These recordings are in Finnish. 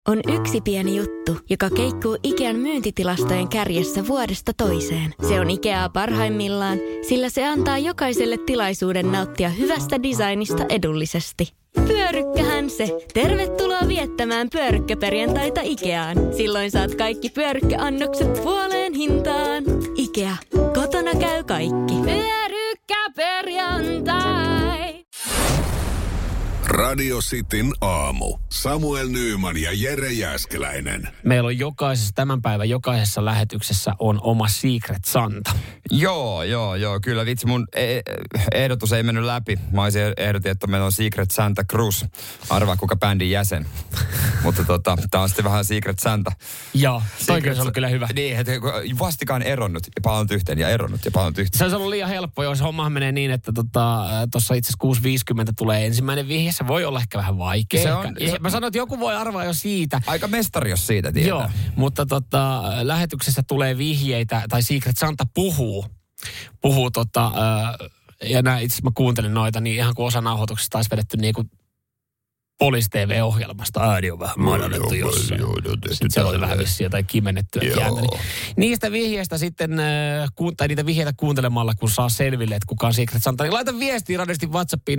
On yksi pieni juttu, joka keikkuu Ikean myyntitilastojen kärjessä vuodesta toiseen. Se on Ikeaa parhaimmillaan, sillä se antaa jokaiselle tilaisuuden nauttia hyvästä designista edullisesti. Pyörykkähän se! Tervetuloa viettämään pyörykkäperjantaita Ikeaan. Silloin saat kaikki pyörykkäannokset puoleen hintaan. Ikea. Kotona käy kaikki. Pyörykkäperjantai! Radio Cityn aamu. Samuel Nyyman ja Jere Jääskeläinen. Meillä on tämän päivän jokaisessa lähetyksessä on oma Secret Santa. Joo, kyllä vitsi mun ehdotus ei mennyt läpi. Mä olisin ehdotin, että meillä on Secret Santa Cruz. Arvaa kuka bändin jäsen. Mutta tää on sitten vähän Secret Santa. Joo, toikin olisi ollut kyllä hyvä. Niin, että vastikaan eronnut ja palannut yhteen ja eronnut ja palannut yhteen. Se olisi ollut liian helppo, jos hommahan menee niin, että tuossa itse asiassa 6.50 tulee ensimmäinen vihje. Se voi olla ehkä vähän vaikea. Mä sanoin, että joku voi arvaa jo siitä. Aika mestari, jos siitä tietää. Joo, mutta lähetyksessä tulee vihjeitä, tai Secret Santa puhuu ja itse asiassa mä kuuntelin noita, niin ihan kuin osa nauhoituksesta taisi vedetty niin kuin Poliisi-TV-ohjelmasta. Ääni on vähän madallettu jossain. Sitten se oli vähän vissiin jotain kimennettyä kieltä. Niistä vihjeistä sitten, tai niitä vihjeitä kuuntelemalla, kun saa selville, että kuka on Secret Santa, niin laita viestiä radiosti WhatsAppiin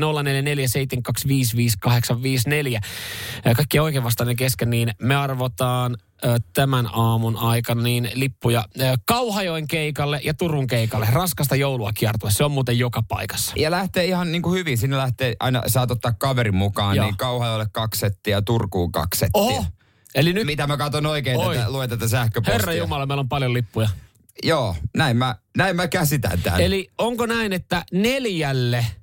0447255854. Kaikki oikein vastainen kesken, niin me arvotaan tämän aamun aikana niin lippuja Kauhajoen keikalle ja Turun keikalle. Raskasta joulua kiertue. Se on muuten joka paikassa. Ja lähtee ihan niin kuin hyvin. Sinne lähtee aina, saat ottaa kaverin mukaan, niin Kauhajoelle 2 settiä ja Turkuun 2 settiä. Oho! Eli nyt... Mitä mä katson oikein, luen tätä sähköpostia. Herra Jumala, meillä on paljon lippuja. Joo, näin mä käsitän tämän. Eli onko näin, että 4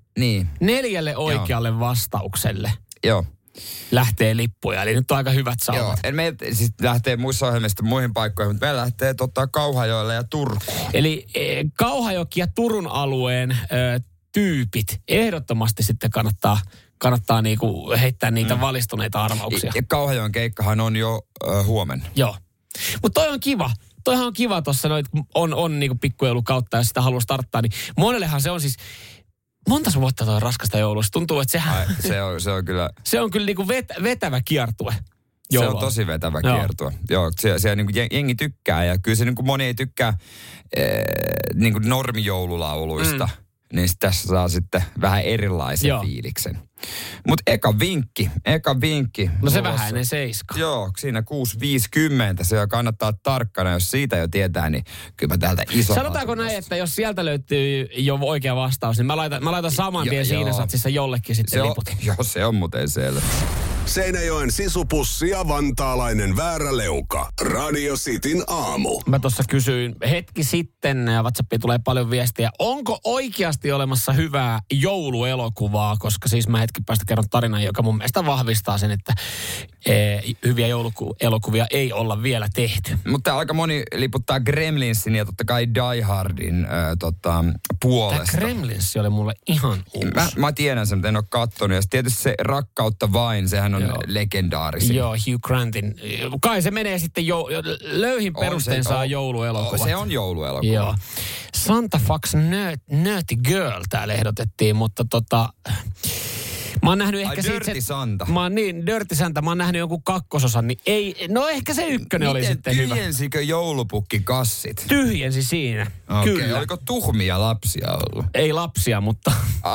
oikealle vastaukselle lähtee lippuja, eli nyt on aika hyvät saumat. Joo, me siis lähtee muissa ohjelmista muihin paikkoihin, mutta me lähtee Kauhajoelle ja Turkuun. Eli Kauhajoki ja Turun alueen tyypit ehdottomasti sitten kannattaa niinku heittää niitä valistuneita arvauksia. Ja Kauhajoen keikkahan on jo huomenna. Joo, mutta toi on kiva. Toihan on kiva tuossa, on niinku pikkujoulukautta, jos sitä haluaa starttaa, niin monellehan se on siis... Monta vuotta toi raskasta joulusta? Tuntuu, että se on kyllä... Se on kyllä niinku vetävä kiertue. Joulua. Se on tosi vetävä kiertue. Joo, siellä niinku jengi tykkää ja kyllä se niinku moni ei tykkää niinku normijoululauluista. Niin tässä saa sitten vähän erilaisen fiiliksen. Mutta eka vinkki. No se vähän ennen 7. Joo, siinä 6.50. Se kannattaa tarkkana, jos siitä jo tietää, niin kyllä mä täältä iso. Sanotaanko näin, että jos sieltä löytyy jo oikea vastaus, niin mä laitan saman tien siinä satsissa jollekin sitten liput. Joo, se on muuten selvä. Seinäjoen sisupussi ja vantaalainen vääräleuka. Radio Cityn aamu. Mä tuossa kysyin hetki sitten, ja WhatsAppiin tulee paljon viestiä, onko oikeasti olemassa hyvää jouluelokuvaa, koska siis mä hetki päästä kerron tarinan, joka mun mielestä vahvistaa sen, että hyviä jouluelokuvia ei olla vielä tehty. Mutta aika moni liputtaa Gremlinsin ja totta kai Die Hardin puolesta. Tämä Gremlins oli mulle ihan uusi. Mä tiedän sen, mutta en ole kattonut. Ja tietysti se Rakkautta vain, sehän on legendaarisin. Joo, Hugh Grantin. Kai se menee sitten löyhin perustein saa jouluelokuvat. Se on jouluelokuva. Joo. Santa Fox Nerdy Girl täällä ehdotettiin, mutta mä oon nähnyt ehkä siitä... Dirty Santa. Dirty Santa. Mä oon nähnyt jonkun 2. niin ei... No ehkä se 1 oli sitten hyvä. Tyhjensikö joulupukki kassit? Tyhjensi siinä. Okay. Kyllä. Oliko tuhmia lapsia ollut? Ei lapsia, mutta...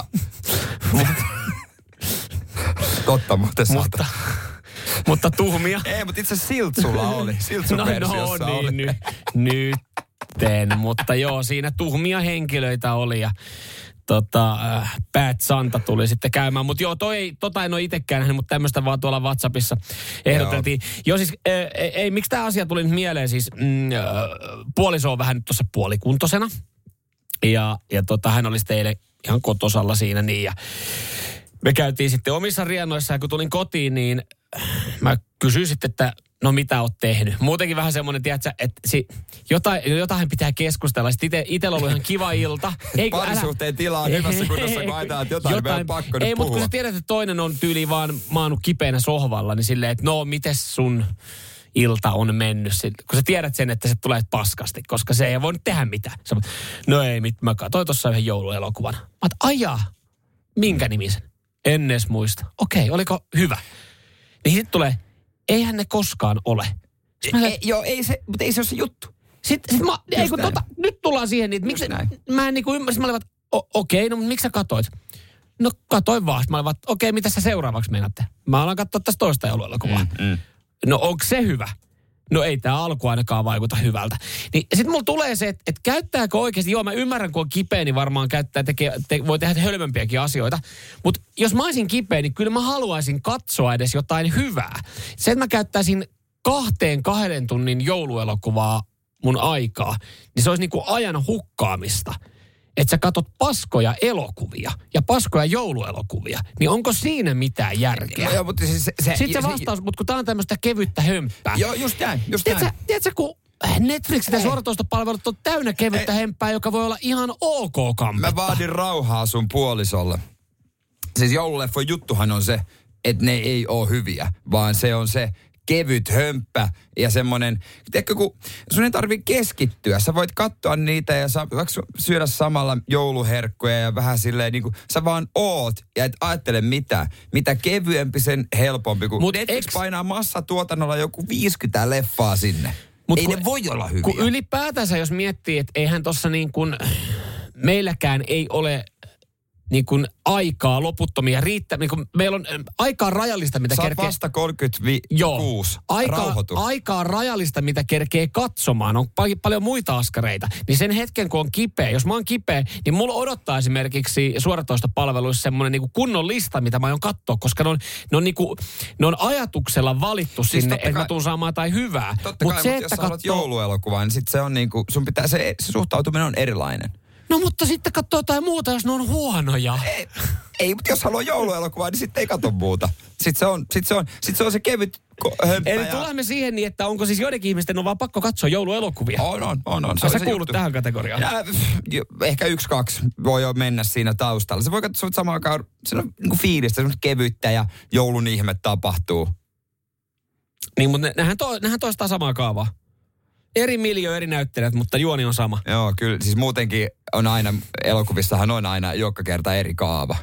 Totta muuten sata. Mutta tuhmia. Ei, mutta itse Siltsulla oli. Siltsun versiossa oli. Nytten. Mutta joo, siinä tuhmia henkilöitä oli ja Bad Santa tuli sitten käymään. Mutta joo, en ole itsekään nähnyt, mutta tämmöistä vaan tuolla WhatsAppissa ehdoteltiin. Joo siis, miksi tämä asia tuli nyt mieleen? Siis puoliso on vähän nyt tuossa puolikuntosena. Ja hän oli sitten eilen ihan kotosalla siinä niin ja me käytiin sitten omissa riennoissa ja kun tulin kotiin, niin mä kysyin sitten, että no mitä oot tehnyt. Muutenkin vähän semmoinen, tiedätkö, että jotain pitää keskustella. Sitten itsellä on ollut ihan kiva ilta. Parisuhteen tila on hyvässä kunnossa, kun ajatellaan, että jotain on pakko nyt mutta kun sä tiedät, että toinen on tyyli vaan maannut kipeänä sohvalla, niin silleen, että no mites sun ilta on mennyt. Kun sä tiedät sen, että se tulee paskasti, koska se ei voi tehdä mitään. No ei, mä katsoin tuossa yhden jouluelokuvan. Mä oon, ajaa, minkä nimisen? En edes muista. Okei, oliko hyvä? Niin sitten tulee, eihän ne koskaan ole. Mutta ei se ole se juttu. Nyt tullaan siihen, että miksi mä en niinku ymmärsin, mä olin, okei, no miksi sä katoit? No katoin vaan. Mä olin, okei, mitä sä seuraavaksi meinaatte? Mä alan katsoa tästä toista jouluelokuvaa. No onko se hyvä? No ei tämä alku ainakaan vaikuta hyvältä. Niin sitten mulla tulee se, että käyttääkö oikeasti, joo mä ymmärrän kun on kipeä, niin varmaan voi tehdä hölmömpiäkin asioita. Mutta jos mä olisin kipeä, niin kyllä mä haluaisin katsoa edes jotain hyvää. Se, että mä käyttäisin 2 tunnin jouluelokuvaa mun aikaa, niin se olisi niinku ajan hukkaamista. Että sä katot paskoja elokuvia ja paskoja jouluelokuvia, niin onko siinä mitään järkeä? No, mutta sitten se vastaus, mutta kun tää on tämmöistä kevyttä hömppää. Joo, just näin. Tiedätkö, kun Netflix ja suoratoistopalvelut on täynnä kevyttä hömppää, joka voi olla ihan ok kampetta. Mä vaadin rauhaa sun puolisolle. Siis joululeffon juttuhan on se, että ne ei ole hyviä, vaan se on se kevyt hömppä ja semmoinen, tiedätkö, kun sun ei tarvitse keskittyä. Sä voit katsoa niitä ja syödä samalla jouluherkkuja ja vähän silleen niin kuin sä vaan oot ja et ajattele mitään. Mitä kevyempi, sen helpompi. Kun Netflix painaa massatuotannolla joku 50 leffaa sinne. Ei ne voi olla hyviä. Kun ylipäätänsä jos miettii, että eihän tossa niin kuin meilläkään ei ole niin kuin aikaa loputtomia riittää. Niin kuin meillä on aikaa rajallista, mitä kerkee. Sä oot vasta 36. Aikaa rajallista, mitä kerkee katsomaan. On paljon muita askareita. Niin sen hetken, kun on kipeä, jos mä oon kipeä, niin mulla odottaa esimerkiksi suoratoistopalveluissa semmoinen niin kuin kunnon lista, mitä mä aion katsoa, koska ne on ajatuksella valittu siis sinne, että mä tuun saamaan jotain hyvää. Totta kai, mutta jos sä haluat jouluelokuvaa, niin sit se on niin kuin, sun pitää, se suhtautuminen on erilainen. No mutta sitten katsoo jotain muuta, jos ne on huonoja. Ei, mutta jos haluaa jouluelokuvaa, niin sitten ei katso muuta. Sitten se on se kevyt hömppä. Eli tulemme siihen niin, että onko siis joidenkin ihmisten on vaan pakko katsoa jouluelokuvia? On. Sä kuulut tähän kategoriaan? Ehkä 1-2 voi jo mennä siinä taustalla. Se voi katsoa samaan aikaan, se on niin kuin fiilistä, semmoista kevyttä ja joulun ihme tapahtuu. Niin, mutta nehän toistaa samaa kaavaa. Eri miljö, eri näyttelijät, mutta juoni on sama. Joo, kyllä. Siis muutenkin on aina, elokuvissahan on aina joka kerta eri kaava.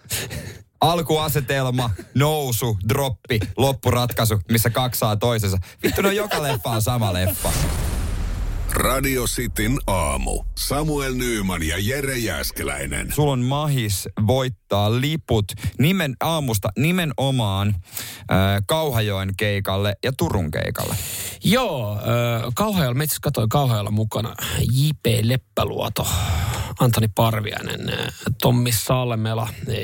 Alkuasetelma, nousu, droppi, loppuratkaisu, missä 2 saa toisensa. Vittu, no joka leffa on sama leffa. Radio Cityn aamu. Samuel Nyyman ja Jere Jääskeläinen. Sulla on mahis voittaa liput aamusta nimenomaan Kauhajoen keikalle ja Turun keikalle. Joo, Kauhajoella, mä itse asiassa katsoin Kauhajoella mukana J.P. Leppäluoto, Antoni Parviainen, Tommi Salmela,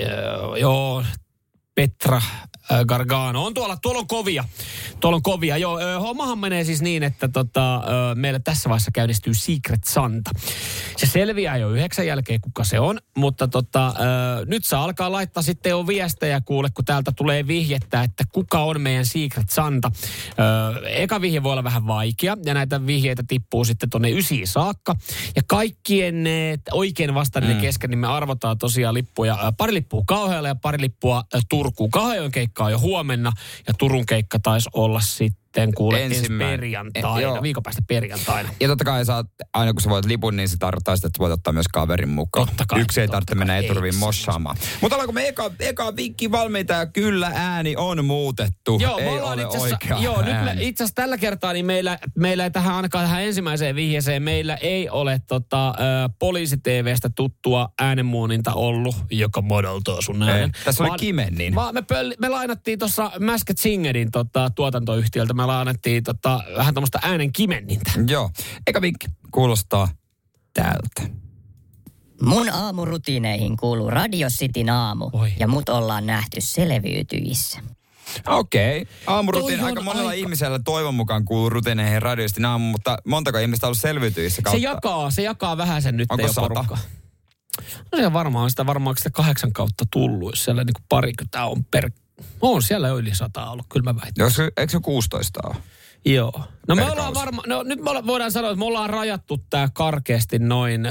Petra Gargano. Tuolla on kovia. Joo, hommahan menee siis niin, että meillä tässä vaiheessa käynnistyy Secret Santa. Se selviää jo 9 jälkeen, kuka se on, mutta nyt saa alkaa laittaa sitten jo viestejä kuule, kun täältä tulee vihjettä, että kuka on meidän Secret Santa. Eka vihje voi olla vähän vaikea, ja näitä vihjeitä tippuu sitten tuonne 9 saakka. Ja kaikkien oikein vastanneiden kesken, niin me arvotaan tosiaan lippuja. Pari lippua Kauhajoelle ja pari lippua Turkuun. Kauhajoen keikka on jo huomenna, ja Turun keikka taisi olla sitten ensi perjantaina, viikon päästä perjantaina. Ja totta kai aina kun sä voit lipun, niin se tarkoittaa sitä, että voit ottaa myös kaverin mukaan. Yksi ei tarvitse mennä eturviin mossaamaan. Mutta ollaanko me eka vinkki valmiita ja kyllä ääni on muutettu. Joo, ei ole oikea ääni. Nyt itse asiassa tällä kertaa niin meillä ei ainakaan tähän ensimmäiseen vihjeeseen, meillä ei ole Poliisi-TV:stä tuttua äänenmuoninta ollut, joka modaltaa sun äänen. Tässä oli Kimennin. Me lainattiin tuossa Masked Singerin tuotantoyhtiöltä, me lainattiin vähän tämmöistä äänen kimennintä. Joo. Eka vinkki kuulostaa tältä. Mun aamurutiineihin kuuluu Radio Cityn aamu. Ja mut ollaan nähty Selviytyissä. Okei. Aamurutiini aika monella ihmisellä toivon mukaan kuuluu rutiineihin Radio Cityn aamu, mutta montako ihmistä on ollut Selviytyissä kautta? Se jakaa vähän sen nyt jo porukka. No se varmaan sitä 8 kautta tullut, jos siellä niinku parikymmentä on on siellä yli 100 ollut, kyllä mä väitän. Eikö se 16 ole? Joo. No me ollaan nyt me voidaan sanoa, että me ollaan rajattu tää karkeasti noin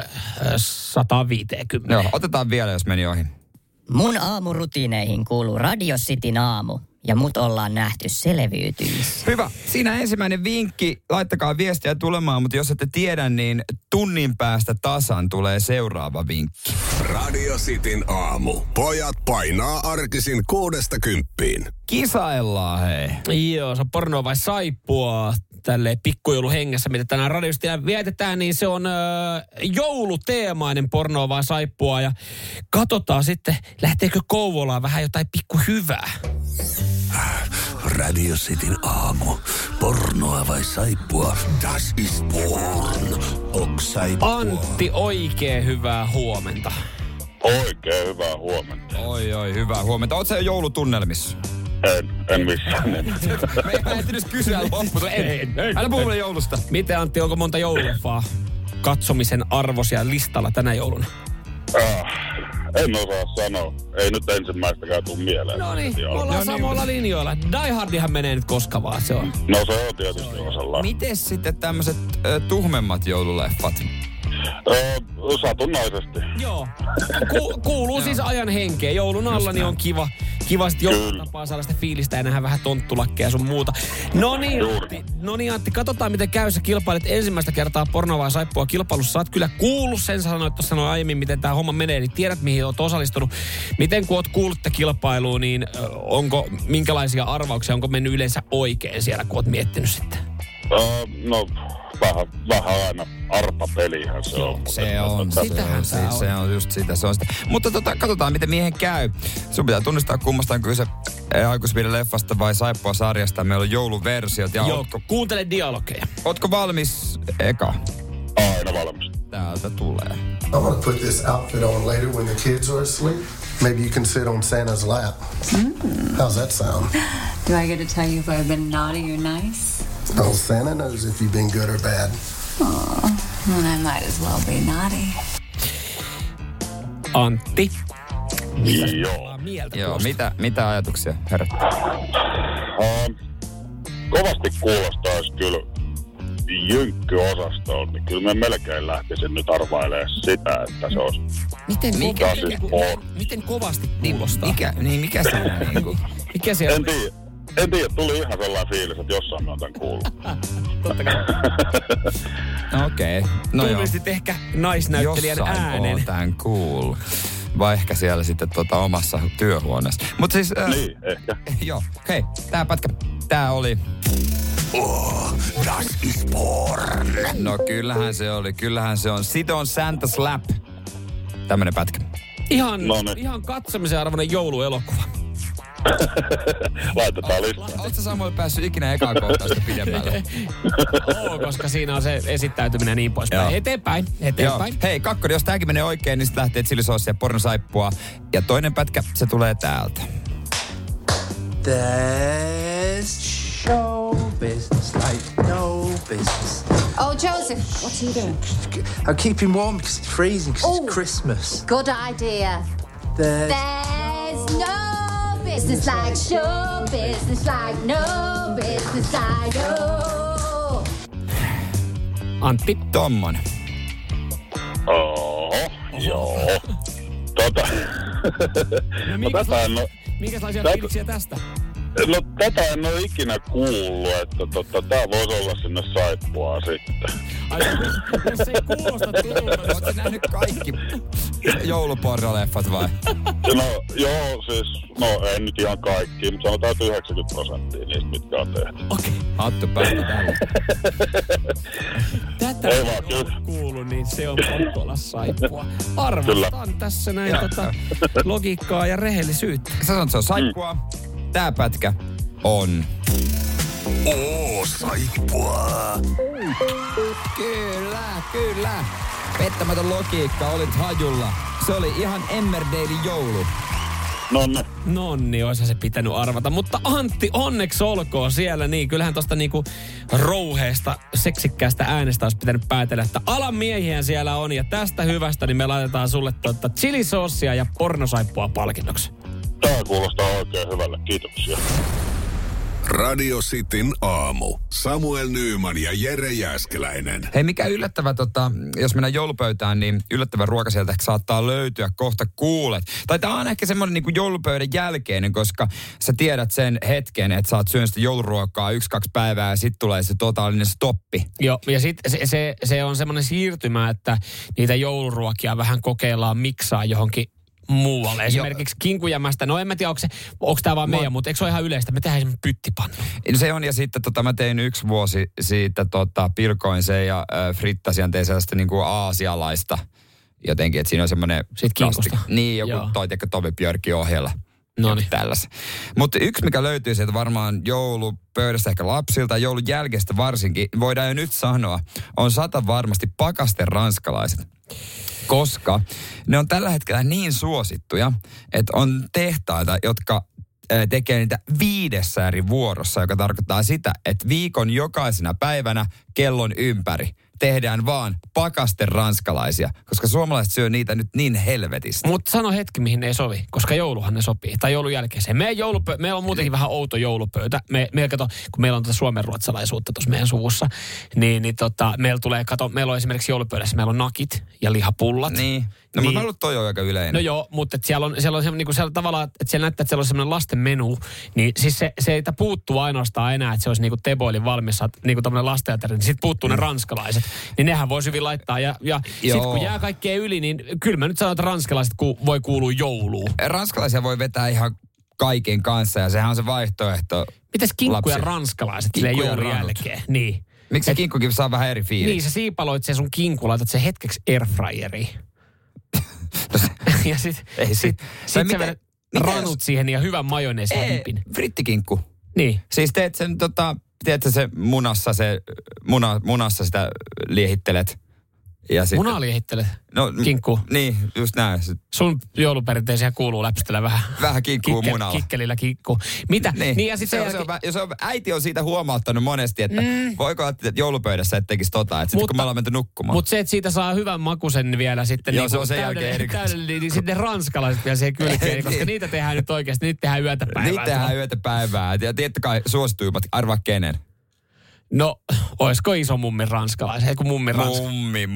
150. Joo, otetaan vielä, jos meni ohi. Mun aamurutiineihin kuuluu Radio Cityn aamu. ja mut ollaan nähty selviytyjissä. Hyvä. Siinä ensimmäinen vinkki. Laittakaa viestiä tulemaan, mutta jos ette tiedä, niin tunnin päästä tasan tulee seuraava vinkki. Radio Cityn aamu. Pojat painaa arkisin 6–10. Kisaillaan, hei. Joo, se on pornoa vai saippua. Tälleen pikkujouluhengessä, mitä tänään radiosti vietetään, niin se on jouluteemainen pornoa vai saippua. Ja katsotaan sitten, lähteekö Kouvolaan vähän jotain pikkuhyvää. Radio Cityn aamu. Pornoa vai saippua? Das ist porn. Ok saippua. Antti, oikein hyvää huomenta. Oikein hyvää huomenta. Oi, hyvää huomenta. Ootko sä jo joulutunnelmissa? En missään nimessä. Mä en edes kysyä loppuun. En. Älä puhu mulle joulusta. Miten, Antti, onko monta joululeffaa katsomisen arvoisia listalla tänä jouluna? En osaa sanoa. Ei nyt ensimmäistäkään tule mieleen. No niin, ollaan samoilla linjoilla. Die Hardihan menee nyt koska vaan, se on. No se on tietysti osalla. Mites sitten tämmöiset tuhmemmat joululeffat? Satunnaisesti. Joo. Kuuluu siis ajan henkeen. Joulun alla niin on kiva sitten joulutapaa saada sitä fiilistä ja nähdä vähän tonttulakkeja sun muuta. No niin Antti, katsotaan miten käy. Sä kilpailet ensimmäistä kertaa pornoa vai saippua kilpailussa. Sä oot kyllä kuullut sen, sanoit tuossa sanoin aiemmin, miten tää homma menee. Eli tiedät, mihin oot osallistunut. Miten kun oot kuullut kilpailuun, niin onko minkälaisia arvauksia, onko mennyt yleensä oikein siellä, kun oot miettinyt sitten? No, vähän aina arpapelihän se on. Se on. Sitähän se on just sitä. Se on sitä. Mutta katsotaan, miten miehen käy. Sun pitää tunnistaa kummasta on kyse aikuisviideleffasta vai saippua sarjasta. Meillä on jouluversiot. Ja joo, kuuntele dialogeja. Ootko valmis, Eka? Aina valmis. Täältä tulee. I'm gonna put this outfit on later when the kids are asleep. Maybe you can sit on Santa's lap. How's that sound? Do I get to tell you if I've been naughty or nice? Oh, Santa knows if you've been good or bad. Oh, then I might as well be naughty. Antti. Joo, mitä ajatuksia herättää? Kovasti kuulostaisi kyllä jynkkyosastoon, niin kyllä me melkein lähtisin nyt arvailemaan sitä, että se olisi... Miten kovasti kuulostaa? Mikä siinä niinku? Mikä siellä? En tiedä, tuli ihan sellainen fiilis, että jossain mä oon tämän kuullut. Totta kai. Okei. No tunnistit ehkä naisnäyttelijän äänen. Jossain oon tämän kuullut. Vai ehkä siellä sitten omassa työhuoneessa. Mutta siis... niin, ehkä. Joo. Hei, tää pätkä. Tää oli... Das ist porn. No kyllähän se on. Sit on Santa's lap. Tämmönen pätkä. Ihan katsomisen arvoinen jouluelokuva. Laitetaan listaan. Oletko Samuel päässyt ikinä ekaa kohtaista pidemmälle? Koska siinä on se esittäytyminen ja niin poispäin. Eteenpäin. Joo. Hei, kakkonen, jos tääkin menee oikein, niin sit lähtee chilisoosia ja pornosaippua. Ja toinen pätkä, se tulee täältä. There's show business like no business. Oh, Joseph, what are you doing? I'm keeping warm because it's freezing because it's Christmas. Good idea. There's no business like show business like no business like no. Antti. Tommonen. Oho, joo. Minkälaisia fiiliksiä tästä? No tätä en ole ikinä kuullut, että tää voisi olla sinne saippua sitten. Ai, jos ei kuulosta tutulta. Ootko nähnyt kaikki joulupornoleffat vai? No joo, siis, en nyt ihan kaikki, mutta sanotaan 90% niistä, mitkä on tehty. Okei. Hattu päästä tällä. Tätä ei ole kuullut, niin se on pakko olla saippua. Arvostan tässä näin logiikkaa ja rehellisyyttä. Sä sanot, se on saippua. Tää pätkä on... Saippua. Kyllä. Pettämätön logiikka, olit hajulla. Se oli ihan Emmerdalein joulu. Nonni, oishan se pitänyt arvata. Mutta Antti, onneksi olkoon siellä. Niin, kyllähän tosta niinku rouheesta, seksikkäästä äänestä olisi pitänyt päätellä, että alan miehiä siellä on. Ja tästä hyvästä, niin me laitetaan sulle chilisoosia ja pornosaippua palkinnoksi. Tää kuulostaa oikein hyvälle. Kiitoksia. Radio Cityn aamu. Samuel Nyyman ja Jere Jääskeläinen. Hei, mikä yllättävä, jos mennään joulupöytään, niin yllättävä ruoka sieltä saattaa löytyä, kohta kuulet. Tai tämä on ehkä semmoinen niin kuin joulupöydän jälkeinen, koska sä tiedät sen hetken, että sä oot syönyt sitä jouluruokaa 1-2 päivää ja sitten tulee se totaalinen stoppi. Joo, ja sitten se on semmoinen siirtymä, että niitä jouluruokia vähän kokeillaan miksaa johonkin muualle. Esimerkiksi kinkujämästä. No en mä tiedä, onko tämä vaan meidän, mutta eikö se ole ihan yleistä? Me tehdään esimerkiksi pyttipannu. Se on, ja sitten mä tein 1 vuosi siitä, pilkoin sen ja frittasian tein sellaista niin kuin aasialaista jotenkin, että siinä on semmoinen... Sitten kinkusta. Niin, joku Tovi Björki ohjella. Noniin. Tällaisen. Mutta yksi, mikä löytyy sieltä varmaan joulupöydästä ehkä lapsilta, joulun jälkeistä varsinkin, voidaan jo nyt sanoa, on 100 varmasti pakasten ranskalaiset. Koska ne on tällä hetkellä niin suosittuja, että on tehtaita, jotka tekee niitä 5 eri vuorossa, joka tarkoittaa sitä, että viikon jokaisena päivänä kellon ympäri tehdään vaan pakasten ranskalaisia, koska suomalaiset syö niitä nyt niin helvetistä. Mutta sano hetki, mihin ne ei sovi, koska jouluhan ne sopii, tai joulun jälkeiseen. Meillä on muutenkin vähän outo joulupöytä. Kun meillä on suomenruotsalaisuutta tuossa meidän suvussa, niin meillä on esimerkiksi joulupöydässä, meillä on nakit ja lihapullat. Niin. No niin. Mä luulen, toi on aika yleinen. No joo, mutta siellä on niin kuin tavallaan, että siellä näyttää, että siellä on semmoinen lasten menu, niin siis se puuttuu ainoastaan enää, että se olisi niin kuin Teboilin valmissa, niin kuin tämmöinen lastenteatteri, niin sitten puuttuu ne ranskalaiset. Niin nehän voisi hyvin laittaa. Ja sitten kun jää kaikkea yli, niin kyllä mä nyt sanon, että ranskalaiset voi kuulua jouluun. Ranskalaisia voi vetää ihan kaiken kanssa ja sehän on se vaihtoehto. Mites kinkku ja ranskalaiset joulun jälkeen? Niin. Miksi se kinkkukin saa vähän eri fiilis? Niin, sä siipaloit sen sun kinkku, laitat sen hetkeksi airfryeriin. Ja sit sä vedät ranut siihen ja hyvän majoneesin dipin. Frittikinkku. Niin. Siis teet sen tiedätkö se munassa sitä liehittelet. Munaa liehittelet? No, kinkku. Niin, just näin. Sun jouluperinteisiä kuuluu läpistellä vähän. Vähän kinkkuu munalla. Kikkelillä kinkku. Mitä? Niin ja sitten äiti on siitä huomauttanut monesti, että voiko että joulupöydässä et tekisi että sitten kun me ollaan menty nukkumaan. Mutta se, että siitä saa hyvän makusen vielä sitten. Joo, se on sen jälkeen erikoista. Niin sitten ranskalaiset vielä siihen kylkeen, koska niitä tehdään nyt oikeasti, niitä tehdään yötä päivää. Niitä tehdään yötä päivää. Ja tiedätte kai suosituimmat, arvaa kenen. No, olisiko iso mummi ranskalaisen? Eiku mummi ranskalaisen?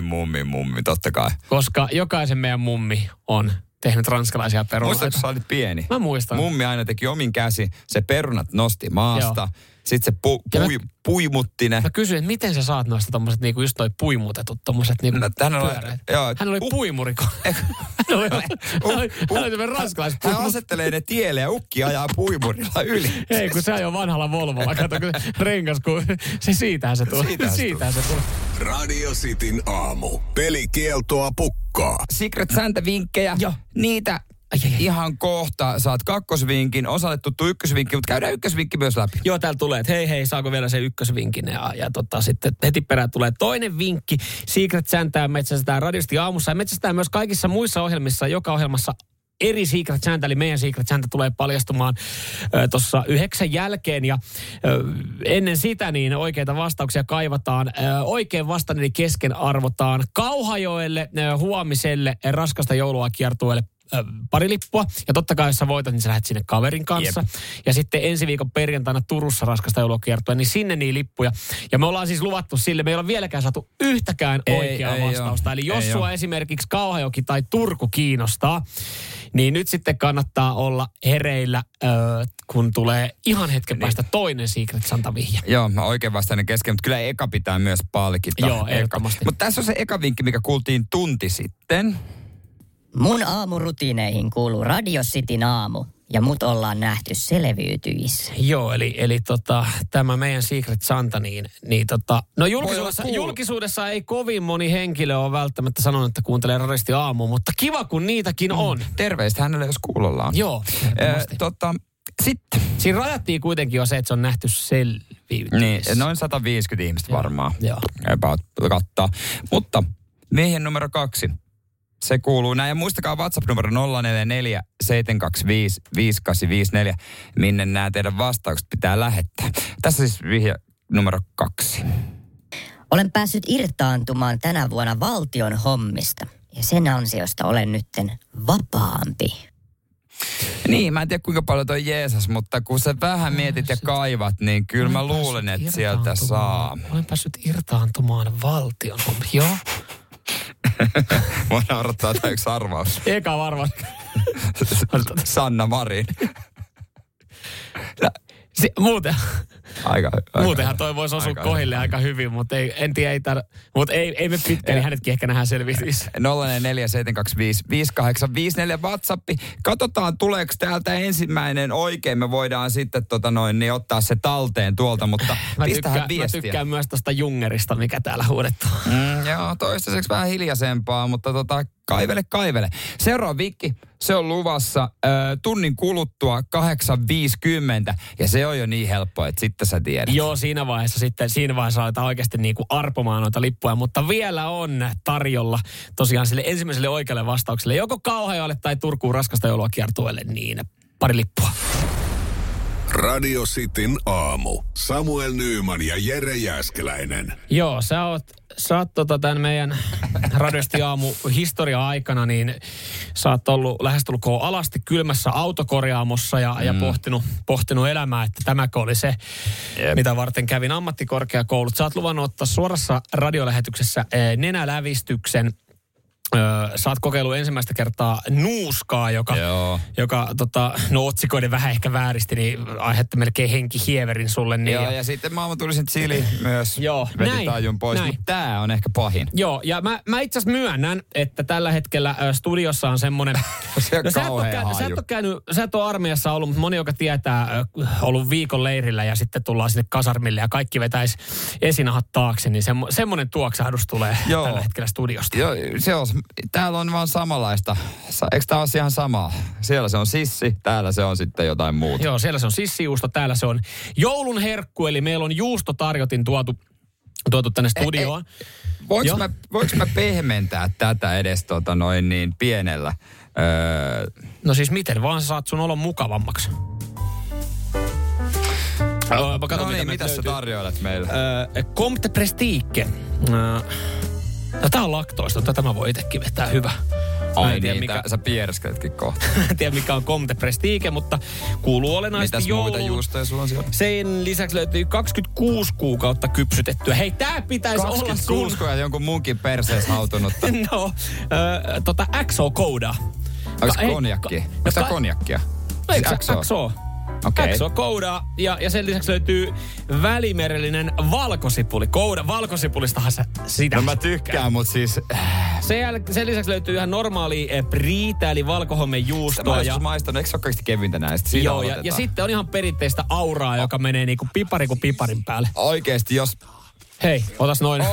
Mummi, totta kai. Koska jokaisen meidän mummi on tehnyt ranskalaisia perunoita. Muistatko, sä olit pieni? Mä muistan. Mummi aina teki omin käsi, se perunat nosti maasta. Joo. Sitten se puimutti ne. Mä kysyin, että miten sä saat noista tommoset niinku just toi puimutetut tommoset niinku pyöreät. Hän oli puimuriko. Hän oli tämmöinen ranskalaispuimuri. Hän asettelee ne tielle ja ukki ajaa puimurilla yli. Ei, kun se ajoi vanhalla Volvolla. Kato, kun rengas, kun siitähän se tuli. Siitähän se tuli. Radio Cityn aamu. Pelikieltoa pukkaa. Secret Santa-vinkkejä. Joo. Niitä ihan kohta saat 2. vinkin, osalle tuttu 1. vinkki, mutta käydään 1. vinkki myös läpi. Joo, täällä tulee, että hei, saako vielä se 1. vinkin ja sitten heti perään tulee 2. vinkki. Secret Santää metsästetään radiosti aamussa ja metsästetään myös kaikissa muissa ohjelmissa, joka ohjelmassa eri Secret Santa, eli meidän Secret Santa tulee paljastumaan tuossa 9 jälkeen. Ja ennen sitä niin oikeita vastauksia kaivataan. Oikein vastaan eli kesken arvotaan Kauhajoelle huomiselle raskasta joulua kiertueelle pari lippua. Ja totta kai, jos sä voitat, niin sä lähdet sinne kaverin kanssa. Jep. Ja sitten ensi viikon perjantaina Turussa raskasta joulukiertoa, niin sinne niin lippuja. Ja me ollaan siis luvattu sille, me ei ole vieläkään saatu yhtäkään oikeaa vastausta. Eli jos sua esimerkiksi Kauhajoki tai Turku kiinnostaa, niin nyt sitten kannattaa olla hereillä, kun tulee ihan hetken päästä toinen Secret Santa-vihje. Joo, mä oikein vastainen kesken, mutta kyllä eka pitää myös palkita. Joo, ehdottomasti. Mutta tässä on se eka vinkki, mikä kuultiin tunti sitten. Mun aamurutiineihin kuuluu Radio Cityn aamu. Ja mut ollaan nähty selviytyissä. Joo, eli tämä meidän Secret Santa, no julkisuudessa ei kovin moni henkilö ole välttämättä sanonut, että kuuntelee radisti aamu, mutta kiva kun niitäkin on. Terveistä hänelle, jos kuulollaan. Joo. Sitten. Siinä rajattiin kuitenkin jo se, että se on nähty selviytyissä. Niin, noin 150 ihmistä varmaan. Joo. Kattaa. Mutta miehen numero 2. Se kuuluu näin. Ja muistakaa WhatsApp-numero 044 725 5854, minne nämä teidän vastaukset pitää lähettää. Tässä siis vihje numero 2. Olen päässyt irtaantumaan tänä vuonna valtion hommista. Ja sen ansiosta olen nytten vapaampi. Niin, mä en tiedä kuinka paljon toi Jeesus, mutta kun sä vähän mietit ja kaivat, niin kyllä mä luulen, että sieltä saa. Olen päässyt irtaantumaan valtion. Joo. Voidaan odottaa jotain yksi arvaus. Eka varmaan. Sanna Marin. Muutenhan toi voisi osua kohille aika hyvin, mutta ei me pitkä, niin hänetkin ehkä nähdään selvityisi. 047255854 WhatsAppi. Katsotaan, tuleeko täältä ensimmäinen oikein. Me voidaan sitten niin ottaa se talteen tuolta, mutta pistähän viestiä. Mä tykkään myös tästä Jungerista, mikä täällä huudettu. Joo, toistaiseksi vähän hiljaisempaa, mutta kaivele. Seuraava viikki, se on luvassa tunnin kuluttua 8.50 ja se on jo niin helppoa, että sitten sä tiedät. Joo, siinä vaiheessa aletaan oikeasti niinku arpomaan noita lippuja, mutta vielä on tarjolla tosiaan sille ensimmäiselle oikealle vastaukselle joko Kauhajoelle tai Turkuun raskasta joulua kiertueelle, niin pari lippua. Radio Cityn aamu. Samuel Nyyman ja Jere Jääskeläinen. Joo, sä oot tämän meidän Radiosti aamu historia-aikana, niin sä oot ollut lähestulkoon alasti kylmässä autokorjaamossa ja pohtinut elämää, että tämäkö oli se, mitä varten kävin ammattikorkeakoulut. Sä oot luvannut ottaa suorassa radiolähetyksessä nenälävistyksen. Sä oot kokeillut ensimmäistä kertaa nuuskaa, joka otsikoiden vähän ehkä vääristi, niin aiheutti melkein henkihieverin sulle. Niin joo, ja sitten maailmantullisen chili myös veti tajun pois, mutta tää on ehkä pahin. Joo, ja mä itse asiassa myönnän, että tällä hetkellä studiossa on semmonen... Sä et ole armeijassa ollut, mutta moni, joka tietää, ollut viikon leirillä ja sitten tullaan sinne kasarmille ja kaikki vetäisi esinahat taakse, niin semmonen tuoksahdus tulee tällä hetkellä studiosta. Joo, se on. Täällä on vaan samanlaista. Eikö tää ole ihan samaa? Siellä se on sissi, täällä se on sitten jotain muuta. Joo, siellä se on sissijuusto, täällä se on joulun herkku, eli meillä on juustotarjotin tuotu tänne studioon. Voinko mä pehmentää tätä edes niin pienellä? No siis miten? Vaan sä saat sun olon mukavammaksi. Mitä sä tarjoilet meille? Comte Prestige. No tää on laktoista, tätä mä voin itsekin vetää hyvä. Ai niin, sä piereskeletkin kohta. En tiedä mikä on Comte Prestige, mutta kuuluu olennaisesti jouluun. Mitäs muita juustoja sulla on siellä? Sen lisäksi löytyy 26 kuukautta kypsytettyä. Hei, tää pitäisi olla sun... 26 kuukautta jonkun munkin perseessä hautunutta. No, XO Kouda. Onko se konjakki? Onko se konjakkia? XO. Okay. XO Kouda ja sen lisäksi löytyy välimerellinen valkosipuli. Valkosipulistahan sitä. No mä tykkään, mutta siis... Sen lisäksi löytyy ihan normaali priitä, eli valkohommejuustoa. Mä oon maistanut, eikö se ole kaikista kevyintä näistä? Joo, ja sitten on ihan perinteistä auraa, joka menee niinku pipari kuin piparin päälle. Oikeesti, jos... Hei, otas noin.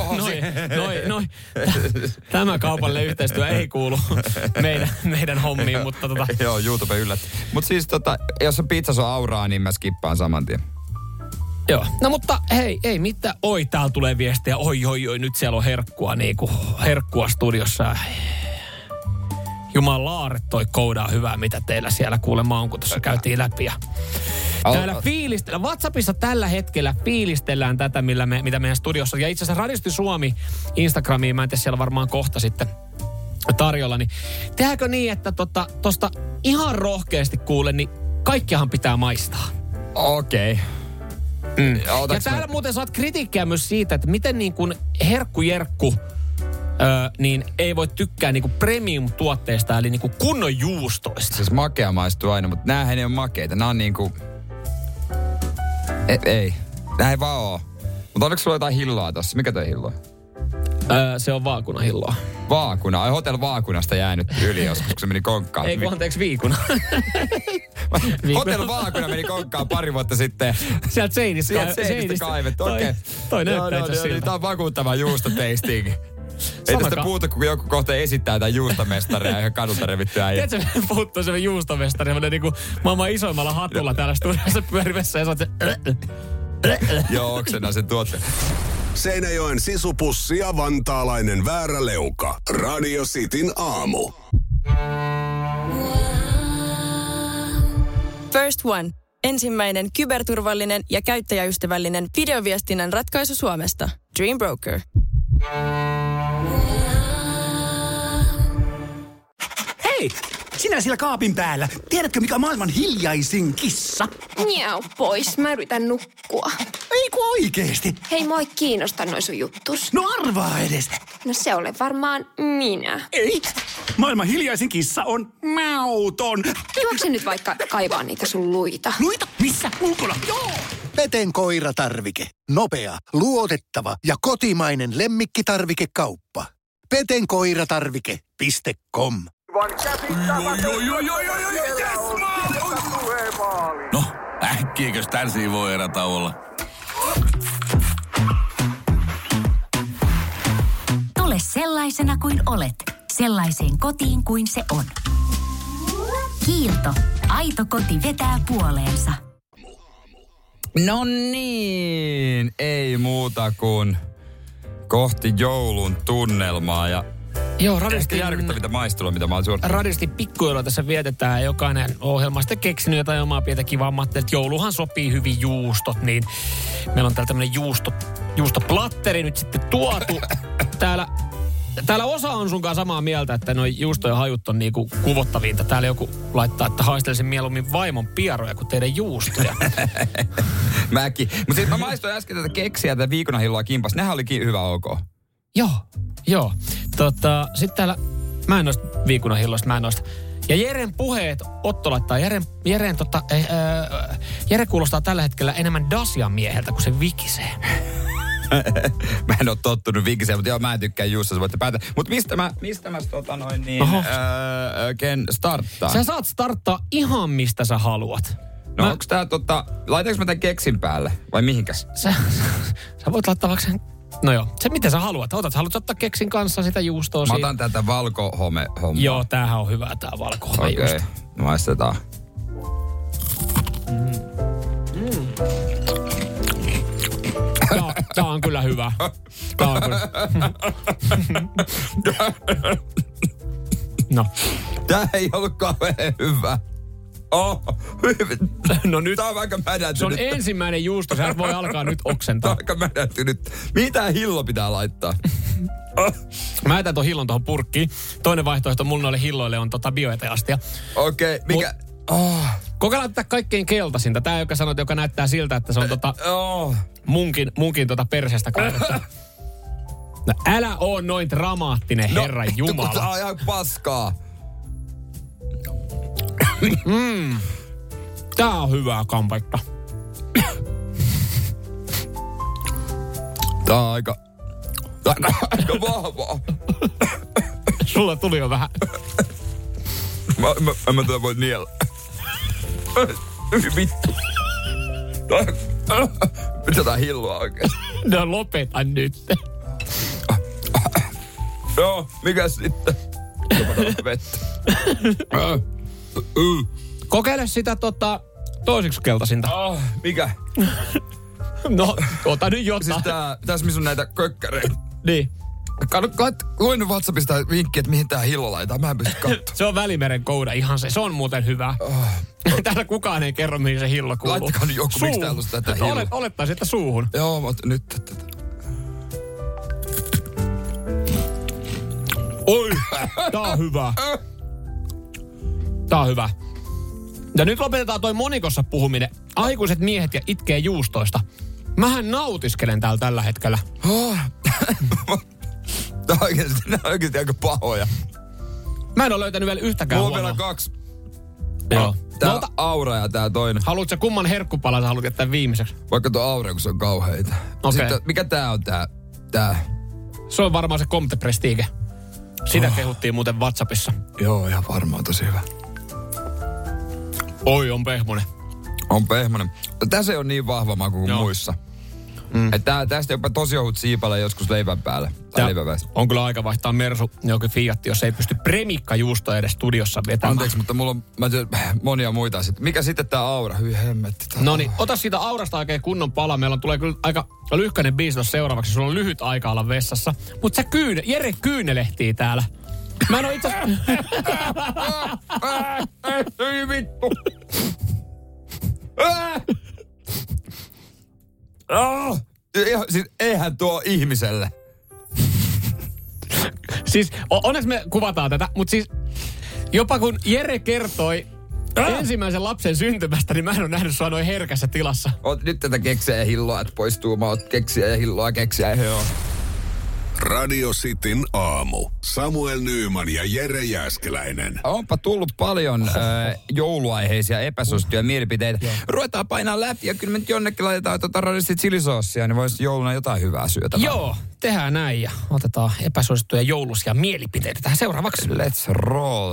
Tämä kaupallinen yhteistyö ei kuulu meidän hommiin, mutta Joo, YouTube yllätti. Mutta siis jos on pizzas on auraa, niin mä skippaan saman tien. Joo, no mutta hei, ei mitään. Oi, täällä tulee viestiä. Oi, nyt siellä on herkkua studiossa. Jumalaaret, toi Kouda on hyvää, mitä teillä siellä kuulemma on, kun tuossa käytiin läpi. Ja täällä fiilistellään. WhatsAppissa tällä hetkellä fiilistellään tätä, mitä meidän studiossa on. Ja itse asiassa Radiosti Suomi Instagramiin, mä en tiedä, siellä varmaan kohta sitten tarjolla. Niin tehdäänkö niin, että tosta ihan rohkeasti kuulen, niin kaikkiahan pitää maistaa. Okei. Ja täällä muuten saat kritiikkiä myös siitä, että miten niin kuin herkku niin ei voi tykkää niinku premium-tuotteista, eli niinku kunnon juustoista. Siis makea maistuu aina, mutta näähän ei ole makeita. Nää on niinku... Ei. Nää ei vaan oo. Mutta onneksi sulla jotain hilloa tossa? Mikä toi hilloa? Se on vaakunahilloa. Vaakuna? Ai Hotel Vaakunasta jäänyt yli joskus, kun se meni konkkaan. Ei kun anteeksi viikuna. Hotel Vaakuna meni konkkaan pari vuotta sitten. Sieltä seinistä kaivettu. Okei. Toi näyttää itse siltä. Tää on vakuuttava juustotasting. Ei tästä puhuta, kun joku kohta esittää jotain juustomestaria ihan kadulta revittyä. Tiedätkö, me puhuttuu semmoinen juustomestari, semmoinen niinku maailman isoimmalla hatulla täällä studiossa pyörimässä ja sä oot se... Joo, oksena sen tuotteen. Seinäjoen sisupussi ja vantaalainen vääräleuka. Radio Cityn aamu. First One. Ensimmäinen kyberturvallinen ja käyttäjäystävällinen videoviestinnän ratkaisu Suomesta. Dream Broker. Hei! sinä siellä kaapin päällä. Tiedätkö, mikä on maailman hiljaisin kissa? Miau pois, mä yritän nukkua. Ei kun oikeesti. Hei, moi kiinnosta noi sun juttus. No arvaa edes. No se ole varmaan minä. Ei. Maailman hiljaisin kissa on mauton. Juokse nyt vaikka kaivaa niitä sun luita. Luita? Missä? Ulkona? Joo! Peten koiratarvike. Nopea, luotettava ja kotimainen lemmikkitarvikekauppa. petenkoiratarvike.com. No, äkkiäkös tän voi erätä olla? Tule sellaisena kuin olet, sellaiseen kotiin kuin se on. Kiilto. Aito koti vetää puoleensa. No niin, ei muuta kuin kohti joulun tunnelmaa ja joo, radiosti järkyttävintä maistelua, mitä mä oon suorittanut. Radiosti pikkujoulua tässä vietetään ja jokainen ohjelma sitten keksinyt jotain omaa pientä kivaa. Mä ajattelin, että jouluhan sopii hyvin juustot, niin meillä on täällä tämmönen juustoplatteri nyt sitten tuotu. Täällä osa on sunkaan samaa mieltä, että noi juustojen hajut on niinku kuvottavinta. Täällä joku laittaa, että haistelisin mieluummin vaimon pieroja kuin teidän juustoja. Mäkin. Mutta sitten mä maistoin äsken tätä keksiä, tätä viikunahilloa kimpas. Nehän olikin hyvä ok. Joo. Sitten täällä, mä en noista viikunahilloista, Ja Jeren puheet, Otto laittaa, Jere kuulostaa tällä hetkellä enemmän Dasian mieheltä kuin se vikisee. Mä en oo tottunut vikiseen, mutta joo, mä en tykkää juusta, sä voitte päätä. Mutta mistä mä Ken starttaa? Sä saat starttaa ihan mistä sä haluat. No onks tää laitanko mä tän keksin päälle vai mihinkäs? Sä voit laittaa vaikka sen, no joo, se mitä sä haluat. Haluat ottaa keksin kanssa sitä juustoa mä otan tätä valkohome-hommaa. Joo, tämähän on hyvä tää valkohome-juusto. Okei, maistetaan. Tää on kyllä hyvä. No. Tää ei ollut kauhean hyvä. No nyt. Tää on aika mädäntynyt. Se on ensimmäinen juusto, sä voi alkaa nyt oksentaa. Tää on aika mädäntynyt. Mitä hillo pitää laittaa? Mä jätän ton hillon tohon purkkiin. Toinen vaihtoehto mulla noille hilloille on bioeteastia. Okei, mikä? Kokeillaan tätä kaikkein keltaisinta. Tää, joka näyttää siltä, että se on munkin persestä kaivettu. No älä oo noin dramaattinen, herran jumala. Tää on ihan paskaa. Tää on hyvää kampetta. Tää on aika vahvaa. Sulla tuli jo vähän. Mä tätä voi niellä. Vittu. Mitä tää hilloa oikeesti? No lopeta nyt. Joo, mikäs sitten? Vettä. Kokeile sitä toiseksi keltaisinta. Mikä? No, ota nyt jotain. Siis tässä missä on näitä kökkäreitä. Niin. Luin WhatsAppista vinkkiä, että mihin tää hillo laitetaan. Mä en pysty katsomaan. Se on Välimeren kouda, ihan se. Se on muuten hyvä. Täällä kukaan ei kerro, mihin se hillo kuuluu. Laittakaa nyt joku, miksi täällä on tätä hilloa. Olettaisi, että suuhun. Joo, mutta nyt. Oi, tää on hyvä. Tää on hyvä. Ja nyt lopetetaan toi monikossa puhuminen. Aikuiset miehet ja itkee juustoista. Mähän nautiskelen täällä tällä hetkellä. Tää on oikeesti aika pahoja. Mä en ole löytänyt vielä yhtäkään huonoa. Mulla on vielä 2. Joo. Tää on Aura ja tää toinen. Haluatko kumman herkkupala sä haluat jättää viimeiseksi? Vaikka tuo Aura, kun se on kauheita. Okei. Sitten, mikä tää on tää? Se on varmaan se Comte Prestige. Sitä kehuttiin muuten WhatsAppissa. Joo, ihan varmaan tosi hyvä. Oi, on pehmonen. On pehmonen. Tässä ei ole niin vahva maku kuin muissa. Että tästä jopa tosi ohut siipale joskus leivän päälle. On kyllä aika vaihtaa Mersu jokin Fiat, jos ei pysty premikkajuustoa edes studiossa vetämään. Anteeksi, mutta mulla on monia muita. Mikä sitten tää Aura? Hyi hemmetti. No niin, ota siitä Aurasta oikein kunnon pala. Meillä tulee kyllä aika lyhkäinen biisi seuraavaksi. Sulla on lyhyt aika olla vessassa. Mutta Jere kyynelehtii täällä. Mä en oo itse... Ei vittu. Siis eihän tuo ihmiselle. Siis onneksi me kuvataan tätä, mutta siis Jopa kun Jere kertoi ensimmäisen lapsen syntymästä, niin mä en ole nähnyt sua noin herkässä tilassa. Oot nyt tätä keksiä ja hilloa, että poistuu. Mä oot keksiä ja hilloa, keksiä ja joo. Radio Cityn aamu. Samuel Nyyman ja Jere Jääskeläinen. Onpa tullut paljon jouluaiheisia epäsuosittuja mielipiteitä. Ruvetaan painaa läpi ja kyllä me nyt jonnekin laitetaan radiosti chilisoosia, niin voisi jouluna jotain hyvää syötävää. Joo, tehdään näin ja otetaan epäsuosittuja joulusia mielipiteitä tähän seuraavaksi. Let's roll.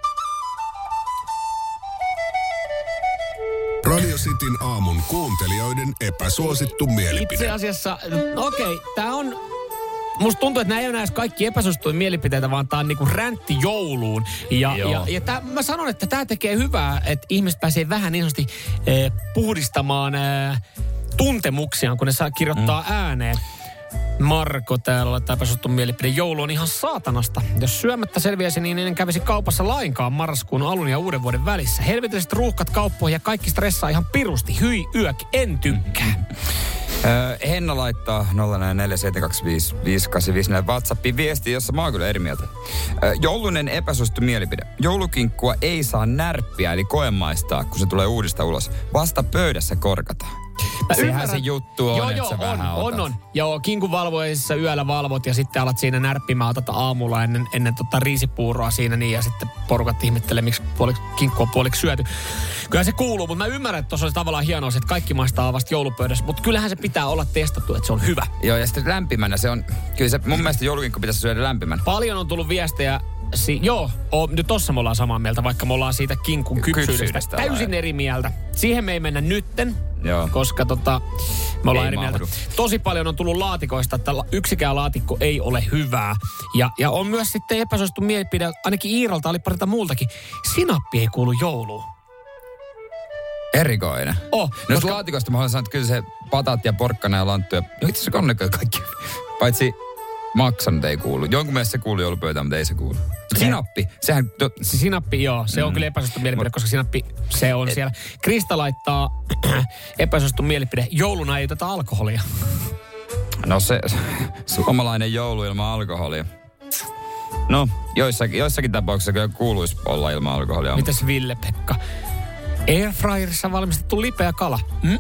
Radio Cityn aamun kuuntelijoiden epäsuosittu mielipide. Itse asiassa, tää on... Musta tuntuu, että nämä ei ole edes kaikki epäsuosittuja mielipiteitä, vaan tää on niinku räntti jouluun. Ja mä sanon, että tää tekee hyvää, että ihmiset pääsee vähän niin sanotusti puhdistamaan tuntemuksiaan, kun ne saa kirjoittaa ääneen. Marko täällä laittaa epäsuosittu mielipide. Joulu on ihan saatanasta. Jos syömättä selviäisi, niin en kävisi kaupassa lainkaan marraskuun alun ja uuden vuoden välissä. Helvetelliset ruuhkat kauppoihin ja kaikki stressaa ihan pirusti. Hyi yök, en tykkää. Henna laittaa 047255854 WhatsAppiin viesti, jossa mä oon kyllä eri mieltä. Joulunen epäsuosittu mielipide. Joulukinkkua ei saa närppiä, eli koemaistaa, kun se tulee uudesta ulos. Vasta pöydässä korkataan. Sehän se juttu on, että sä vähän otat. On. Joo, kinkunvalvoissa yöllä valvot ja sitten alat siinä närppimään, otat aamulla ennen riisipuuroa siinä niin ja sitten porukat ihmettelee, miksi kinkku on puoliksi syöty. Kyllä se kuuluu, mutta mä ymmärrän, että tuossa olisi tavallaan hienoa, että kaikki maistaa vasta joulupöydässä, mutta kyllähän se pitää olla testattu, että se on hyvä. Joo, ja sitten lämpimänä se on, kyllä se mun mielestä joulukinkku pitäisi syödä lämpimänä. Paljon on tullut viestejä. Nyt tossa me ollaan samaa mieltä, vaikka me ollaan siitä kinkun kypsyydestä täysin eri mieltä. Siihen me ei mennä nytten, koska me ollaan eri mieltä. Tosi paljon on tullut laatikoista, että yksikään laatikko ei ole hyvää. Ja on myös sitten epäsuosittu mielipide, ainakin Iiralta oli parilta muultakin. Sinappi ei kuulu jouluun. Erikoinen. Koska laatikosta mä haluan sanoa, että kyllä se pataatti ja porkkana ja lanttu ja itse asiassa kannakkaan kaikki. Paitsi maksanut ei kuulu. Jonkun mielestä se kuuluu joulupöytään, mutta ei se kuulu. Sinappi, sehän... Sinappi, joo. Se on kyllä epäsuosittu mielipide, koska sinappi, se on siellä. Krista laittaa epäsuosittu mielipide. Jouluna ei oteta alkoholia. No se suomalainen joulu ilman alkoholia. No, joissakin tapauksissa kyllä kuuluisi olla ilman alkoholia. Mitäs Ville-Pekka? Airfryerissa valmistettu lipeä kala.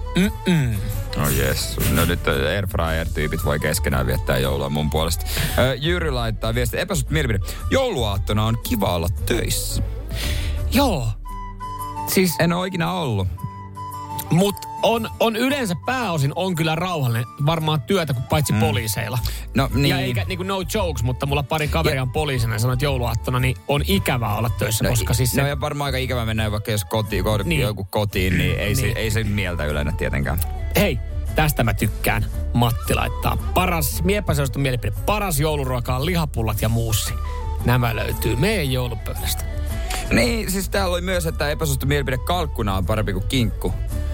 No jes. No nyt airfryer-tyypit voi keskenään viettää joulua mun puolesta. Jyri laittaa viesti. Epäsuosittu mielipide. Jouluaattona on kiva olla töissä. Joo. Siis... En ole ikinä ollut. Mut on yleensä pääosin on kyllä rauhallinen varmaan työtä kuin paitsi poliiseilla. No niin. Ja eikä niinku no jokes, mutta mulla pari kaveria on poliisina ja sanoo, että jouluaattona niin on ikävää olla töissä, koska siis se... No ja varmaan aika ikävää mennä vaikka jos joku kotiin, niin ei se mieltä ylennä tietenkään. Hei, tästä mä tykkään. Matti laittaa epäsuosittu mielipide. Paras jouluruoka on lihapullat ja muussi. Nämä löytyy meidän joulupöydästä. Niin, siis täällä oli myös, että epäsuosittu mielipide kalkkuna on parempi kuin kinkku.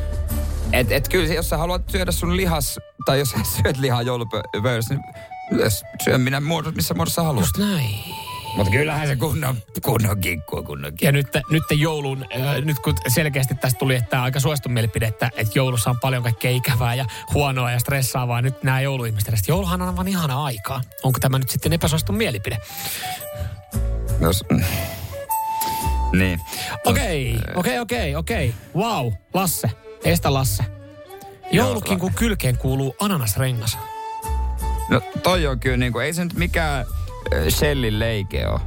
Et kyllä, jos sä haluat syödä sun lihas, tai jos sä syöt lihaa joulupöydässä, niin myös syö missä muodossa haluat. Just näin. Mutta kyllähän se kunnon kinkkua. Ja nyt joulun, nyt kun selkeästi tästä tuli, että aika suosittu mielipide, että joulussa on paljon kaikkea ikävää ja huonoa ja stressaavaa. Nyt nämä jouluihmiset, jouluhan on aivan ihana aikaa. Onko tämä nyt sitten epäsuosittu mielipide? Niin. Okei. Wow, Lasse. Estä Lasse. Joulukinkun kylkeen kuuluu ananasrengas. No toi on kyllä niinku, ei se nyt mikään Shellin leike ole.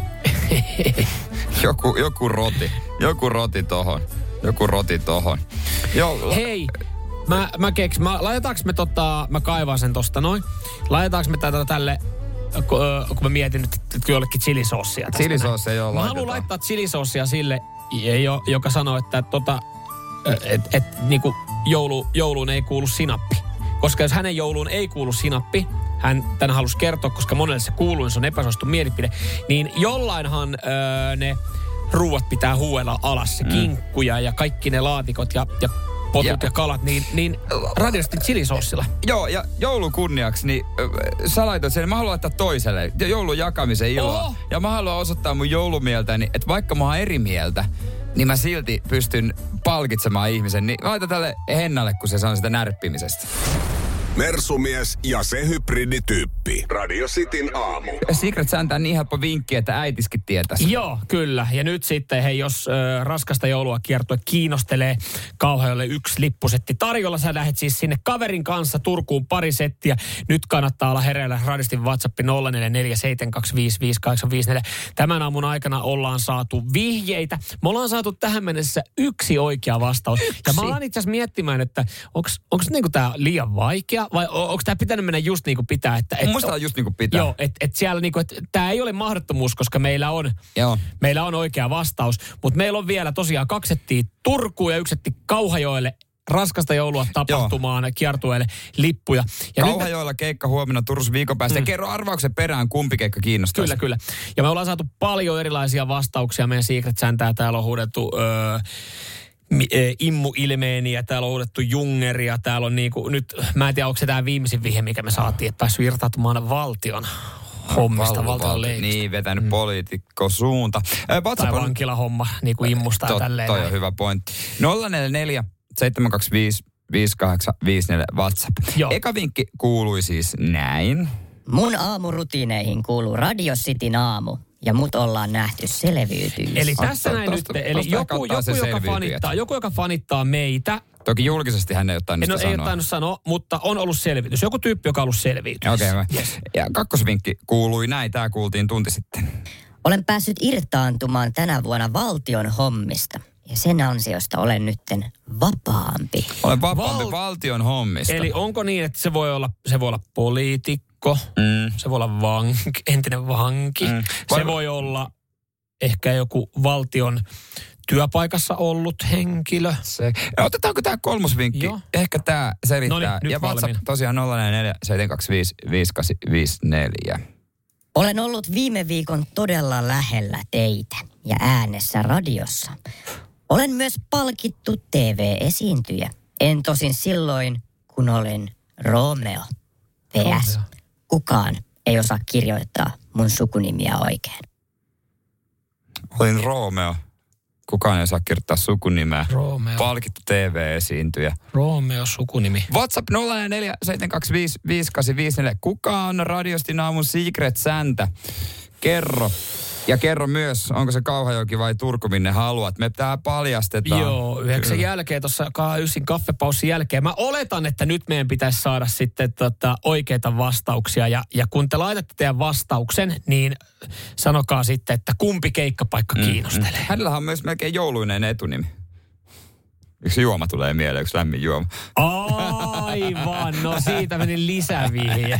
Joku roti tohon. Hei, mä keksin, laitetaanko me mä kaivaan sen tosta noin. Laitetaanko me tätä tälle, kun mä mietin nyt, että jollekin chilisoosia. Chilisoosia joo laitetaan. Mä haluan laittaa chilisoosia sille, joka sanoo, että niinku jouluun ei kuulu sinappi. Koska jos hänen jouluun ei kuulu sinappi, hän tämän halusi kertoa, koska monelle se kuuluu, niin se on epäsuosittu mielipide, niin jollainhan ne ruuat pitää huuella alas, se kinkkuja ja kaikki ne laatikot ja potut ja kalat, niin radiosti chilisoossilla. Joo, ja joulun kunniaksi, niin sä laitat sen, mä haluan laittaa toiselle, joulun jakamisen iloa. Ja mä haluan osoittaa mun joulumieltäni, että vaikka mä oon eri mieltä, niin mä silti pystyn palkitsemaan ihmisen. Niin laita tälle Hennalle, kun se sanoo sitä närppimisestä. Mersumies ja se hybridityyppi. Radio Cityn aamu. Secret Santa on niin helppo vinkki, että äitiskin tietäisi. Joo, kyllä. Ja nyt sitten, hei, jos raskasta joulua kiertue kiinnostelee, Kauhajoelle 1 lippusetti tarjolla. Sä lähdet siis sinne kaverin kanssa Turkuun pari settiä. Nyt kannattaa olla hereillä. Radistin WhatsApp 0447255854. Tämän aamun aikana ollaan saatu vihjeitä. Me ollaan saatu tähän mennessä 1 oikea vastaus. Ja mä alan itse asiassa miettimään, että onko niinku tää liian vaikea vai onko tää pitänyt mennä just niin kuin pitää? Musta on just niin kuin pitää. Joo, että siellä niinku, että tää ei ole mahdottomuus, koska meillä on oikea vastaus. Mutta meillä on vielä tosiaan 2 settiä Turkuun ja 1 setti Kauhajoelle. Raskasta joulua tapahtumaan kiertueelle lippuja. Ja Kauhajoella keikka huomenna Turussa viikon päästä. Ja kerro arvauksen perään, kumpi keikka kiinnostaa. Kyllä. Ja me ollaan saatu paljon erilaisia vastauksia meidän Secret Santää. Täällä on huudettu Immu-ilmeeniä, täällä on huudettu Jungeria. Täällä on niinku, nyt, mä en tiedä, onko se tämä viimeisin vihje, mikä me saatiin, että päässyt irtautumaan valtion hommista, valtion leikistä. Niin, vetänyt poliitikko suunta. Tai vankilahomma, niin kuin Immusta ja tälleen. Toi on hyvä pointti. 044 725 5854 WhatsApp. Joo. Eka vinkki kuului siis näin. Mun aamurutiineihin kuuluu Radio Cityn aamu. Ja mut ollaan nähty selviytyjissä. Eli tässä näin nyt. Eli joku, joka fanittaa meitä. Toki julkisesti hän ei ole tainnut sanoa. Ei ole tainnut sanoa, mutta on ollut selvitys. Joku tyyppi, joka on ollut selvityjissä. Okei. Yes. Ja kakkosvinkki kuului näin. Tämä kuultiin tunti sitten. Olen päässyt irtaantumaan tänä vuonna valtion hommista. Ja sen ansiosta olen nytten vapaampi. Olen vapaampi valtion hommista. Eli onko niin, että se voi olla poliitikko, se voi olla entinen vanki, se voi olla ehkä joku valtion työpaikassa ollut henkilö. Otetaanko tämä 3. vinkki? Joo. Ehkä tämä selittää. Noniin, ja WhatsApp tosiaan 044 725 5854. Olen ollut viime viikon todella lähellä teitä ja äänessä radiossa. Olen myös palkittu TV-esiintyjä. En tosin silloin, kun olin Romeo. PS. Kukaan ei osaa kirjoittaa mun sukunimiä oikein. Olin Romeo. Kukaan ei osaa kirjoittaa sukunimeä. Romeo. Palkittu TV-esiintyjä. Romeo sukunimi. WhatsApp 044 725 5854. Kuka on Radiostin aamun Secret Santa? Kerro. Ja kerro myös, onko se Kauhajoki vai Turku, minne haluat. Me tää paljastetaan. Joo, 9 jälkeen, tuossa 9 kaffepaussin jälkeen. Mä oletan, että nyt meidän pitäisi saada sitten oikeita vastauksia. Ja kun te laitatte teidän vastauksen, niin sanokaa sitten, että kumpi keikkapaikka kiinnostelee. Hänellä on myös melkein jouluinen etunimi. Yksi juoma tulee mieleen, yksi lämmin juoma. Aivan, no siitä meni lisävihje.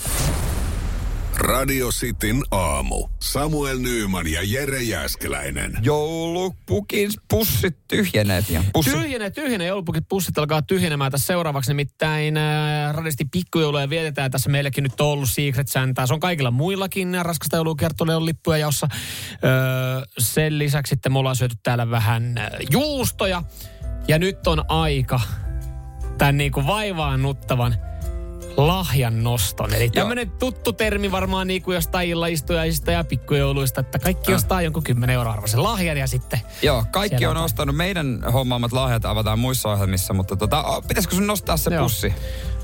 Radio Cityn aamu. Samuel Nyyman ja Jere Jääskeläinen. Joulupukin pussit tyhjenee. Tyhjenee. Joulupukin pussit alkaa tyhjenemään tässä seuraavaksi. Nimittäin radistin pikkujouluja vietetään. Tässä meilläkin nyt on ollut Secret Santa. Se on kaikilla muillakin. Raskasta joulukertoille on lippuja jossa. Sen lisäksi sitten me ollaan syöty täällä vähän juustoja. Ja nyt on aika tämän niin kuin vaivaannuttavan lahjan noston. Eli tämmöinen tuttu termi varmaan niin kuin jostain illaistujaisista ja pikkujouluista, että kaikki ostaa jonkun 10 € arvoisen lahjan ja sitten... Joo, kaikki on ostanut. Meidän hommaamat lahjat avataan muissa ohjelmissa, mutta pitäisikö sun nostaa se pussi?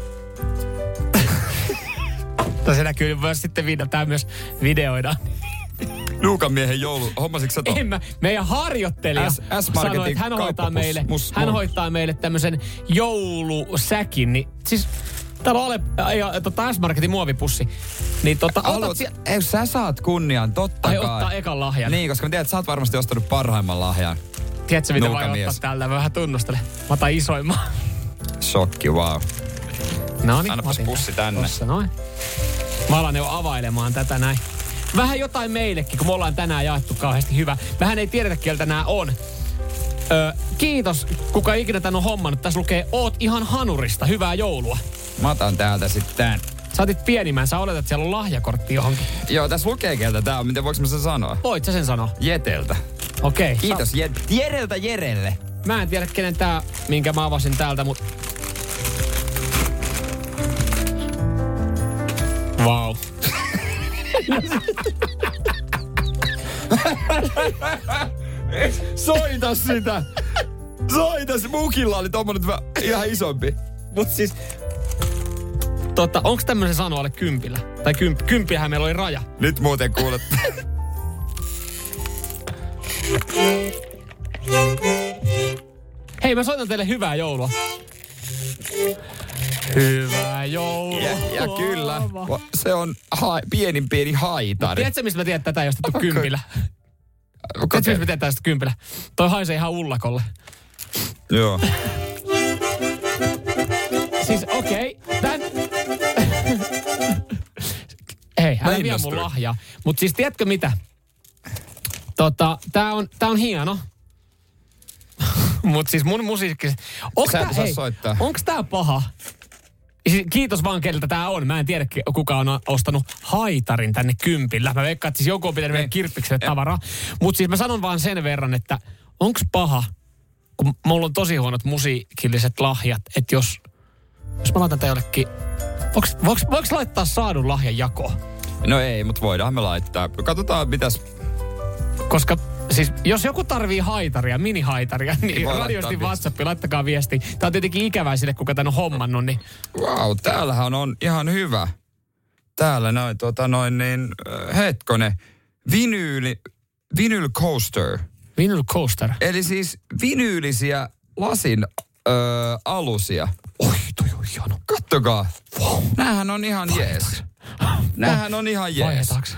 Se näkyy myös sitten tää myös videoidaan. Nuukan miehen joulu. Hommasitko sä ton? En mä. Meidän harjoittelija sanoi, että hän hoitaa meille tämmöisen joulusäkin. Niin, siis täällä on S-Marketin muovipussi. Niin sä saat kunnian, totta kai. Ottaa ekan lahjan. Niin, koska mä tiedän, että sä oot varmasti ostanut parhaimman lahjan. Tiedätkö, mitä voi ottaa täältä? Mä vähän tunnustele. Mä otan isoimman. Shokki, wow. Noniin. Annapas pussi tänne. Tossa noin. Mä alan jo availemaan tätä näin. Vähän jotain meillekin, kun me ollaan tänään jaettu kauheasti hyvä. Vähän ei tiedetä, keltä nämä on. Kiitos, kuka ikinä tän on hommannut. Tässä lukee, oot ihan hanurista. Hyvää joulua. Mä otan täältä sitten. Sä otit pienimmän, sä oletat, että siellä on lahjakortti johonkin. Joo, tässä lukee keltä tää on. Miten voiko mä sen sanoa? Voit sä sen sanoa? Jeteltä. Okei. Kiitos Jereltä Jerelle. Mä en tiedä, kenen tää, minkä mä avasin täältä, mut... Vau. Soita sitä! Soita! Mukilla oli tommonen ihan isompi. Mut siis... onko tämmöisen sano alle 10? Tai 10 meillä oli raja. Nyt muuten kuulet. Hei, mä soitan teille hyvää joulua. Hyvää joulua. Ja kyllä, se on pieni haitari. Tiedätkö, mistä mä tiedän, että tätä ei ostettu 10? Tiedätkö, mistä mä tiedän tästä 10? Toi haisee ihan ullakolle. Joo. Siis okei. Hei, älä vie mun lahjaa. Mut siis tiedätkö mitä? Tää on hieno. Mut siis mun musiikki... Onks tää paha? Kiitos vaan, keltä tää on. Mä en tiedä, kuka on ostanut haitarin tänne 10. Mä veikkaan, että siis joku on pitänyt meidän kirppikselle tavaraa. Mut siis mä sanon vaan sen verran, että onks paha, kun mulla on tosi huonot musiikilliset lahjat, että jos mä laitan tää jollekin... Voiko laittaa saadun lahjan jakoon? No ei, mutta voidaan me laittaa. Katsotaan, mitäs... Koska siis jos joku tarvii haitaria, mini-haitaria, niin radiosti WhatsApp, laittakaa viesti. Tää on tietenkin ikävää sille, kuka tän on hommannut. Niin... Wow, täällähän on ihan hyvä. Täällä hetkonen. Vinyl coaster. Vinyl coaster? Eli siis vinyylisiä lasin alusia. Oi, toi on hieno. Kattokaa. Wow. Näähän on ihan jees. Näähän on ihan jees. Vaihdetaanko?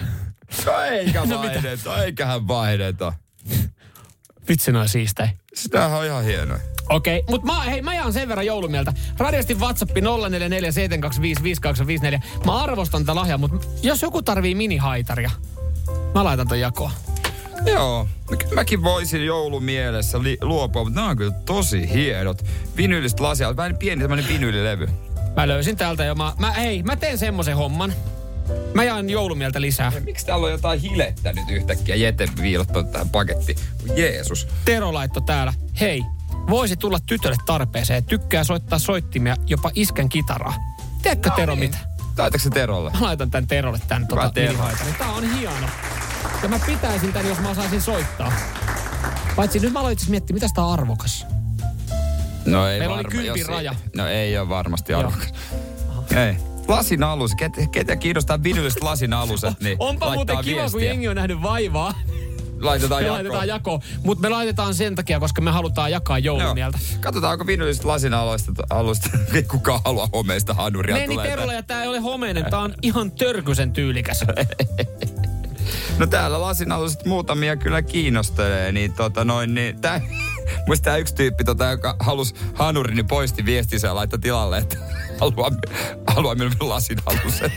Eiköhän vaihdeta. Vitsi noin siistei. Sitähän on ihan hienoa. Okei, mutta mä jaan sen verran joulumieltä. Radiosti WhatsApp 0447255854. Mä arvostan tätä lahjaa, mutta jos joku tarvii mini-haitaria, mä laitan ton jakoon. Joo, mäkin voisin joulumielessä luopua, mutta nämä on kyllä tosi hienot. Vinyyliset lasia, vähän pieni tämmönen vinyylilevy. Mä löysin täältä jo. Mä teen semmoisen homman. Mä jaan joulumieltä lisää. Ja miksi täällä on jotain hilettä nyt yhtäkkiä? Jete viilottanut tähän pakettiin. Jeesus. Tero laitto täällä. Hei, voisi tulla tytölle tarpeeseen. Tykkää soittaa soittimia, jopa iskän kitaraa. Tiedätkö Tero mitä? Laitatko se Terolle? Mä laitan tän Terolle tän minihaitarin. Tää on hieno. Ja mä pitäisin tän, jos mä osaisin soittaa. Paitsi nyt mä aloin itse miettiä, mitä tää on arvokas. No ei meillä oli 10 raja. No ei ole varmasti arvokas. Ei. Lasin alus. Ketä kiinnostaa vinyyliset lasin aluset, niin onpa muuten kiva, viestiä. Kun jengi on nähnyt vaivaa. Laitetaan jakoon. Mutta me laitetaan sen takia, koska me halutaan jakaa joulumieltä. No. Katsotaan, onko vinyyliset lasin alusta. Ei kukaan halua homeista hanuria. Meni Terolla ja tää ei ole homeinen. Tää on ihan törkysen tyylikäs. No täällä lasin aluset muutamia kyllä kiinnostelee. Niin muista tää yksi tyyppi, joka halusi hanurin, niin poisti viestinsä ja laittoi tilalle, että haluaa minun lasin aluset.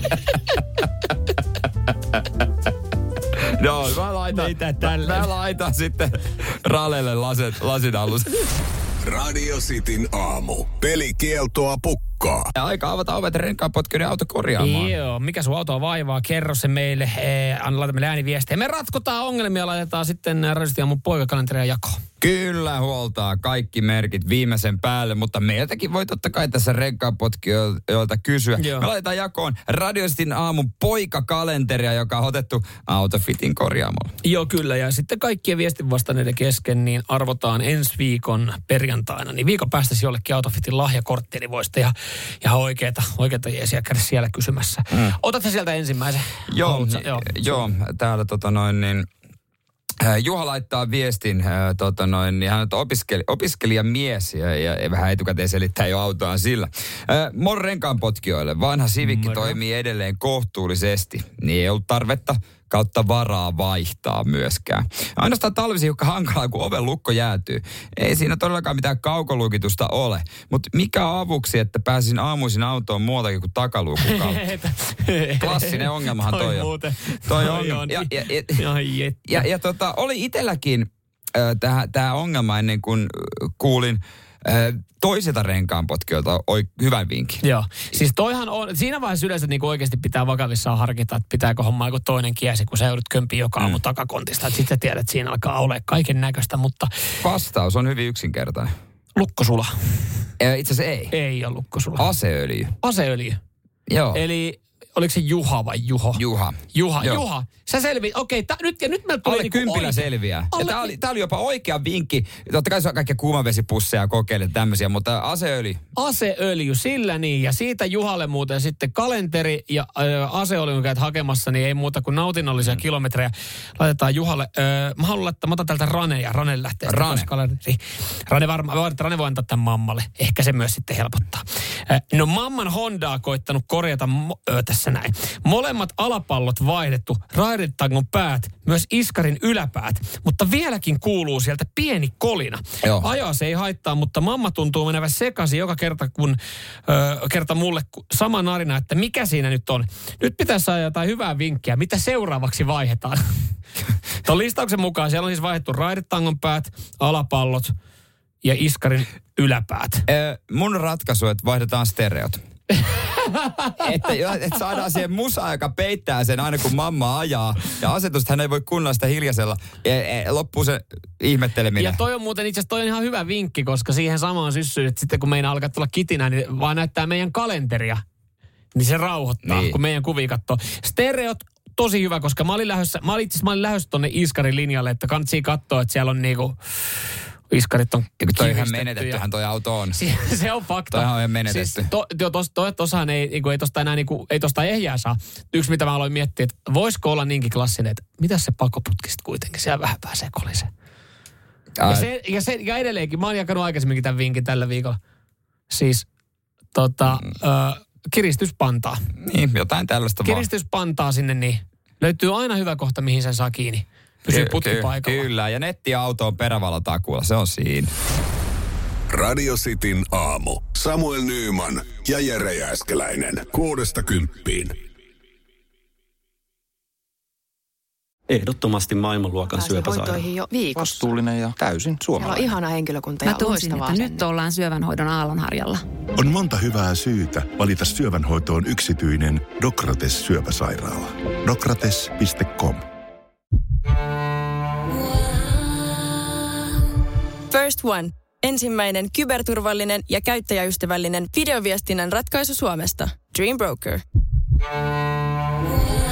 No, mä laitan sitten Ralelle lasin aluset. Radio Cityn aamu. Pelikieltoa pukkaa. Aika avata ovet renkaanpotkijoiden auto korjaamaan. Joo, mikä sun autoa vaivaa, kerro se meille. Laita meille ääniviestejä. Me ratkotaan ongelmia ja laitetaan sitten radiosti mun poikakalenteria jakoon. Kyllä huoltaa kaikki merkit viimeisen päälle, mutta meiltäkin voi totta kai tässä renkaanpotkijoilta kysyä. Joo. Me laitetaan jakoon Radio Cityn aamun poikakalenteria, joka on otettu Autofitin korjaamolla. Joo, kyllä. Ja sitten kaikkien viestin vastanneiden kesken niin arvotaan ensi viikon perjantaina. Niin viikon päästä jollekin Autofitin lahjakortti, niin voisitte ihan oikeita jeesiä käydä siellä kysymässä. Otatko sieltä ensimmäisen? Joo, täällä Juha laittaa viestin, niin hän on opiskelijamies ja vähän etukäteen selittää jo autoaan sillä. Moro renkaanpotkijoille, vanha Civic toimii edelleen kohtuullisesti, niin ei ollut tarvetta kautta varaa vaihtaa myöskään. Ainoastaan talvisin hiukan hankalaa, kun oven lukko jäätyy. Ei siinä todellakaan mitään kaukolukitusta ole. Mutta mikä avuksi, että pääsin aamuisin autoon muutakin kuin takaluukun kautta? Klassinen ongelmahan toi on. Toi on. Ja oli itselläkin tämä ongelma ennen kuin kuulin toisilta renkaanpotkijoilta hyvän vinkin. Joo. Siis toihan on, siinä vaiheessa yleensä niin oikeasti pitää vakavissaan harkita, että pitääkö hommaa joku toinen kiesi, kun sä joudut kömpiä joka aamu takakontista. Sitten sä tiedät, että siinä alkaa olemaan kaiken näköistä, mutta... Vastaus on hyvin yksinkertainen. Lukkosula. Itse asiassa ei. Ei ole lukkosula. Aseöljy. Aseöljy. Joo. Eli oliko se Juha vai Juho? Juha. Sä okei, nyt meillä tulee alle 10 selviää. Tää oli jopa oikea vinkki. Totta kai se on kaikkia kuumavesipusseja kokeilet tämmöisiä, mutta aseöljy. Aseöljy, sillä niin. Ja siitä Juhalle muuten sitten kalenteri ja aseöljy, käyt hakemassa, niin ei muuta kuin nautinnollisia kilometrejä. Laitetaan Juhalle. Mä haluan laittaa, mä otan täältä Rane ja Rane lähtee. Rane voi antaa tämän mammalle. Ehkä se myös sitten helpottaa. No mamman Hondaa koittanut korjata tässä näin. Molemmat alapallot vaihdettu, raidetangon päät, myös iskarin yläpäät, mutta vieläkin kuuluu sieltä pieni kolina. Ajaa se ei haittaa, mutta mamma tuntuu menevän sekaisin joka kerta, kun kerta mulle sama narina, että mikä siinä nyt on. Nyt pitäisi saada jotain hyvää vinkkiä, mitä seuraavaksi vaihdetaan. Tuon listauksen mukaan siellä on siis vaihdettu raidetangon päät, alapallot ja iskarin yläpäät. Mun ratkaisu, että vaihdetaan stereot. että saadaan siihen musa, joka peittää sen aina kun mamma ajaa. Ja asetusta hän ei voi kuunnella sitä hiljaisella. Loppuu se ihmetteleminen. Ja toi on muuten itse asiassa toi on ihan hyvä vinkki, koska siihen samaan syssyyn, että sitten kun meidän alkaa tulla kitinä, niin vaan näyttää meidän kalenteria. Niin se rauhoittaa, kun meidän kuvia katsoo. Stereot tosi hyvä, koska mä olin lähdössä tonne Iskarin linjalle, että kannattaa katsoa, että siellä on niinku iskarit on toi ihan menetettyhän toi auto on. Se on fakta. Toi on ihan menetetty. Siis tossahan ei tosta enää ei tosta ehjää saa. Yksi mitä mä aloin miettiä, että voisiko olla niinkin klassinen, että mitä se pakoputkista kuitenkin, siellä vähän pääsee koliseen. Ja edelleenkin, mä oon jakanut aikaisemminkin tämän vinkin tällä viikolla. Siis kiristyspantaa. Niin, jotain tällaista vaan. Kiristyspantaa sinne, niin löytyy aina hyvä kohta, mihin sen saa kiinni. Pysyy putkipaikalla. Kyllä, ja nettiauto on perävalotakuulla, se on siinä. Radio Cityn aamu. Samuel Nyyman ja Jere Jääskeläinen. 6–10. Ehdottomasti maailmanluokan syöpäsairaala. Jo viikossa. Vastuullinen ja täysin suomalainen. Siellä on ihana henkilökunta ja loistavaa. Että nyt ollaan syövänhoidon aallonharjalla. On monta hyvää syytä valita syövänhoitoon yksityinen Docrates syöpäsairaala. Docrates.com. First One. Ensimmäinen kyberturvallinen ja käyttäjäystävällinen videoviestinnän ratkaisu Suomesta. Dream Broker.